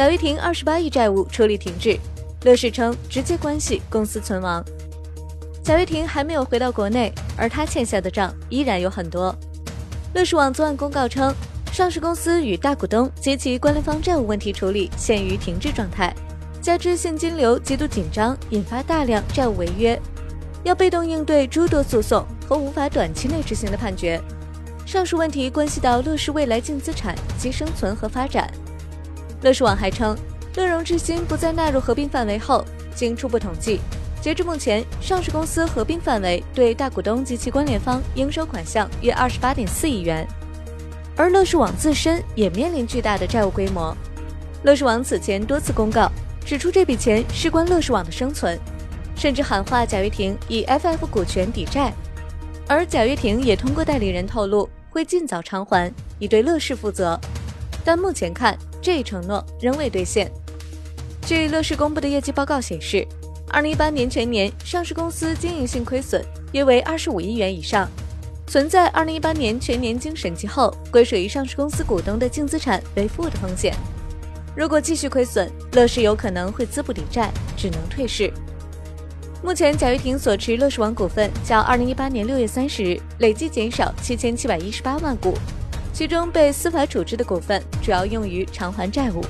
贾跃亭28亿债务处理停滞，乐视称直接关系公司存亡。贾跃亭还没有回到国内，而他欠下的账依然有很多。乐视网昨晚公告称，上市公司与大股东及其关联方债务问题处理陷于停滞状态，加之现金流极度紧张，引发大量债务违约，要被动应对诸多诉讼和无法短期内执行的判决。上述问题关系到乐视未来净资产及生存和发展。乐视网还称，乐融致新不再纳入合并范围后，经初步统计，截至目前，上市公司合并范围对大股东及其关联方应收款项约28.4亿元。而乐视网自身也面临巨大的债务规模。乐视网此前多次公告，指出这笔钱事关乐视网的生存，甚至喊话贾跃亭以 FF 股权抵债。而贾跃亭也通过代理人透露，会尽早偿还，以对乐视负责。但目前看，这一承诺仍未兑现。据乐视公布的业绩报告显示，2018年全年上市公司经营性亏损约为25亿元以上，存在2018年全年经审计后归属于上市公司股东的净资产为负的风险。如果继续亏损，乐视有可能会资不抵债，只能退市。目前贾跃亭所持乐视网股份较2018年6月30日累计减少7718万股，其中被司法处置的股份主要用于偿还债务。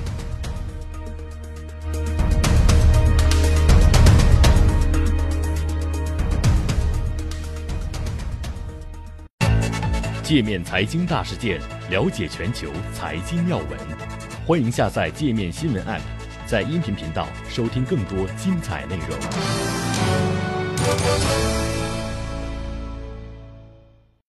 界面财经大事件，了解全球财经要闻。欢迎下载界面新闻 App， 在音频频道收听更多精彩内容。